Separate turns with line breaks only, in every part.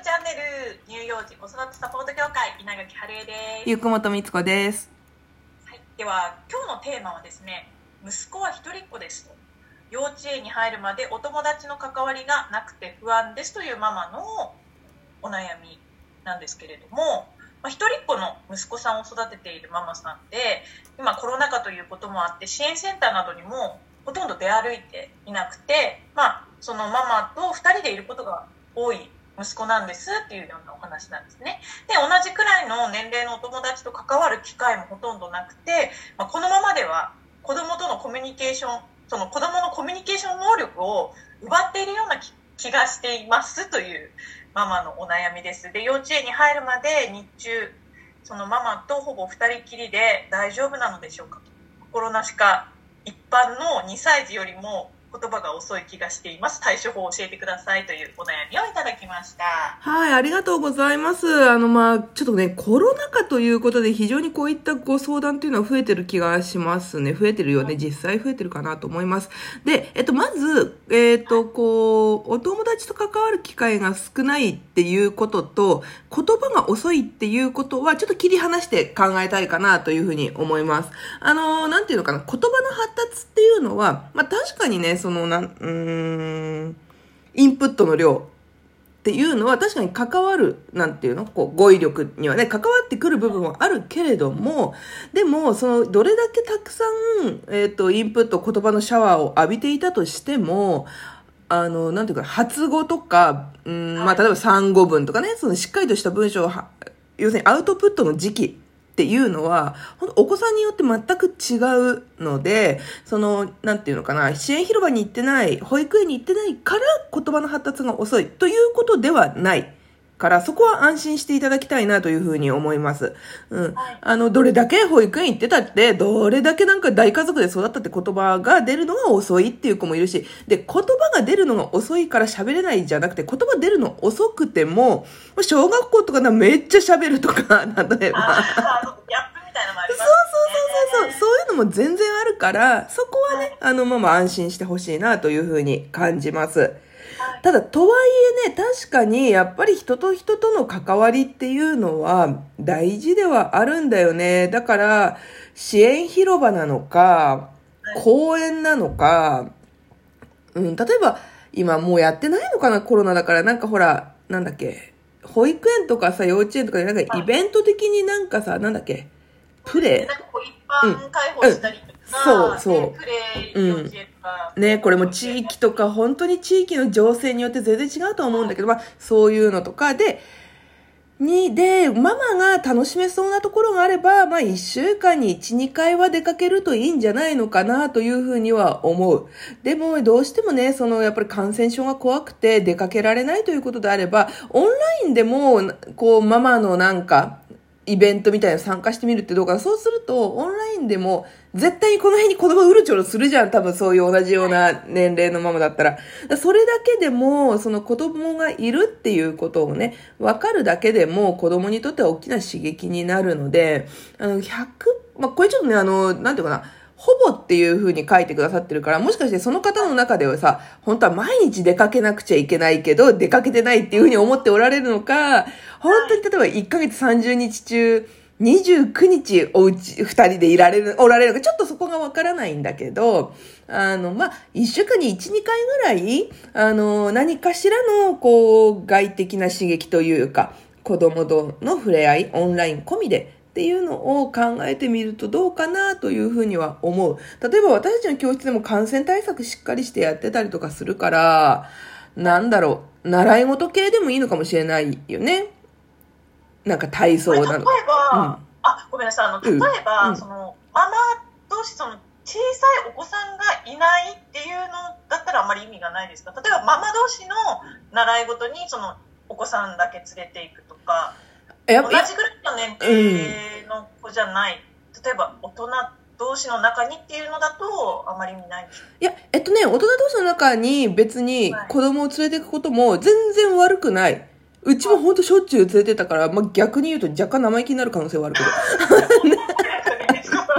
チャンネル乳幼児子育てサポート協会稲垣春恵です。
ゆくもとみつこです。
はい、では今日のテーマはですね、息子は一人っ子ですと、幼稚園に入るまでお友達の関わりがなくて不安ですというママのお悩みなんですけれども、一人っ子の息子さんを育てているママさんで、今コロナ禍ということもあって支援センターなどにもほとんど出歩いていなくて、そのママと2人でいることが多い息子なんですっていうようなお話なんですね。で、同じくらいの年齢のお友達と関わる機会もほとんどなくて、このままでは子供とのコミュニケーション、その子供のコミュニケーション能力を奪っているような気がしていますというママのお悩みです。で、幼稚園に入るまで日中そのママとほぼ2人きりで大丈夫なのでしょうかと。心なしか一般の2歳児よりも言葉が遅い気がしています。対処法を教えてくださいというお悩みをいただきました。
はい、ありがとうございます。ちょっとね、コロナ禍ということで非常にこういったご相談というのは増えてる気がしますね。増えてるよね。実際増えてるかなと思います。で、まず、お友達と関わる機会が少ないっていうことと、言葉が遅いっていうことはちょっと切り離して考えたいかなというふうに思います。なんていうのかな、言葉の発達っていうのは、確かにね、インプットの量っていうのは確かに関わる、語彙力にはね、関わってくる部分はあるけれども、でも、どれだけたくさん、インプット、言葉のシャワーを浴びていたとしても、なんていうか、発語とか、例えば産語文とかね、しっかりとした文章を、要するにアウトプットの時期っていうのは、本当お子さんによって全く違うので、なんていうのかな、支援広場に行ってない、保育園に行ってないから言葉の発達が遅いということではないから、そこは安心していただきたいなというふうに思います。どれだけ保育園行ってたって、どれだけ大家族で育ったって言葉が出るのが遅いっていう子もいるし、で、言葉が出るのが遅いから喋れないじゃなくて、言葉出るの遅くても、小学校とかめっちゃ喋るとか、例えば。
ギャップみたいなのもありますね。
そういうのも全然あるから、そこはね、安心してほしいなというふうに感じます。ただ、とはいえね、確かに、やっぱり人と人との関わりっていうのは大事ではあるんだよね。だから、支援広場なのか、公園なのか、例えば、今もうやってないのかな、コロナだから、ほら、保育園とかさ、幼稚園とかでイベント的にプレイ、
一般開放したりとか、
そう。
プレイ幼稚園とか。
ね、これも地域とか、本当に地域の情勢によって全然違うとは思うんだけど、そういうのとかで、ママが楽しめそうなところがあれば、1週間に1、2回は出かけるといいんじゃないのかなというふうには思う。でも、どうしてもね、やっぱり感染症が怖くて出かけられないということであれば、オンラインでも、ママのイベントみたいなの参加してみるってどうかな。そうすると、オンラインでも、絶対にこの辺に子供うるちょろするじゃん。多分そういう同じような年齢のママだったら。それだけでも、子供がいるっていうことをね、わかるだけでも子供にとっては大きな刺激になるので、これちょっとね、なんていうかな、ほぼっていう風に書いてくださってるから、もしかしてその方の中ではさ、本当は毎日出かけなくちゃいけないけど、出かけてないっていう風に思っておられるのか、本当に例えば1ヶ月30日中、29日おうち2人でおられるのか、ちょっとそこがわからないんだけど、1週間に1、2回ぐらい、何かしらの、外的な刺激というか、子供との触れ合い、オンライン込みで、っていうのを考えてみるとどうかなというふうには思う。例えば私たちの教室でも感染対策しっかりしてやってたりとかするから、習い事系でもいいのかもしれないよね。体操なの。
例えば、ごめんなさい。例えば、ママ同士、小さいお子さんがいないっていうのだったらあんまり意味がないですか？例えばママ同士の習い事にお子さんだけ連れていくとか、同じぐらいの年齢の子じゃない、例えば大人同士の中にっていうのだとあまり意味ないんでしょう。
いや、大人同士の中に別に子供を連れていくことも全然悪くない。うちも本当しょっちゅう連れてたから、逆に言うと若干生意気になる可能性はあるけど。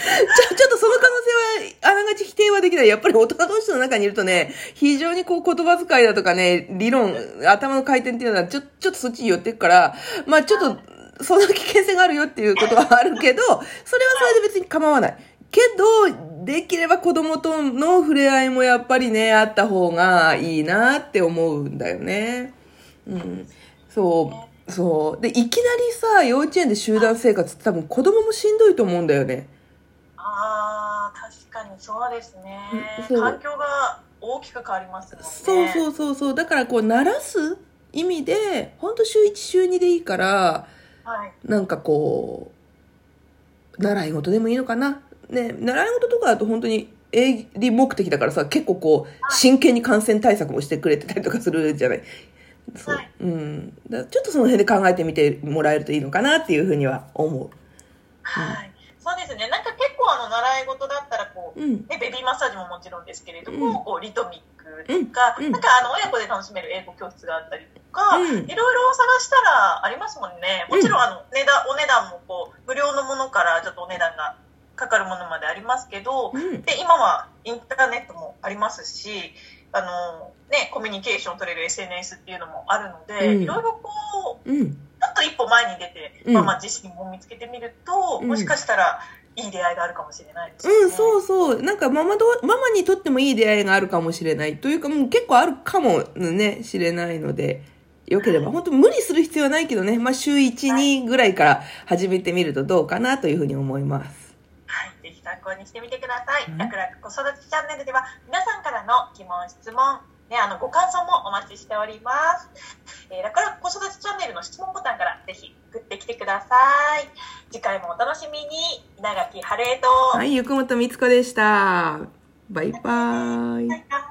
ちょっとその可能性は、あながち否定はできない。やっぱり大人同士の中にいるとね、非常にこう言葉遣いだとかね、理論、頭の回転っていうのはちょっとそっちに寄っていくから、まあちょっと、その危険性があるよっていうことはあるけど、それはそれで別に構わない。けど、できれば子供との触れ合いもやっぱりね、あった方がいいなって思うんだよね。うん。そう。で、いきなりさ、幼稚園で集団生活って多分子供もしんどいと思うんだよね。
ああ、確かにそうですね。
そう
環境が大きく変わりますもんね。
そう。だからこう、慣らす意味で、ほんと週1、週2でいいから、
はい。
なんかこう、習い事でもいいのかな。ね、習い事とかだと本当に営利目的だからさ、結構こう、真剣に感染対策もしてくれてたりとかするじゃない。そう。
はい。
うん。だからちょっとその辺で考えてみてもらえるといいのかなっていうふうには思う。
はい。そうですね。なんか結構習い事だったらこう、
うん。
ね、ベビーマッサージももちろんですけれども、
うん
こうリトミックとか、
うん
なんか親子で楽しめる英語教室があったりとか、
うん
いろいろ探したらありますもんね。もちろんお値段もこう無料のものからちょっとお値段がかかるものまでありますけど、
うん
で今はインターネットもありますし、ね、コミュニケーション取れる SNS っていうのもあるので、
うん
いろいろこう
うん。
ちょっと一歩前に出て、
うん
ママ自身も見つけてみると、
うん
もしかしたらいい出会いがあるかもしれないですね。
そう。なんかママにとってもいい出会いがあるかもしれない。というか、もう結構あるかもね、しれないので、よければ、本当無理する必要はないけどね、まあ週1、2ぐらいから始めてみるとどうかなというふうに思います。
はい、ぜひ参考にしてみてください。
うん
楽々子育てチャンネルでは皆さんからの疑問、質問、ね、ご感想もお待ちしております。楽々子育てチャンネルの質問ボタンからぜひ送ってきてください。次回もお楽しみに。稲垣晴恵と、
はい、ゆくもとみつこでした。バイバーイ。
バイバイ。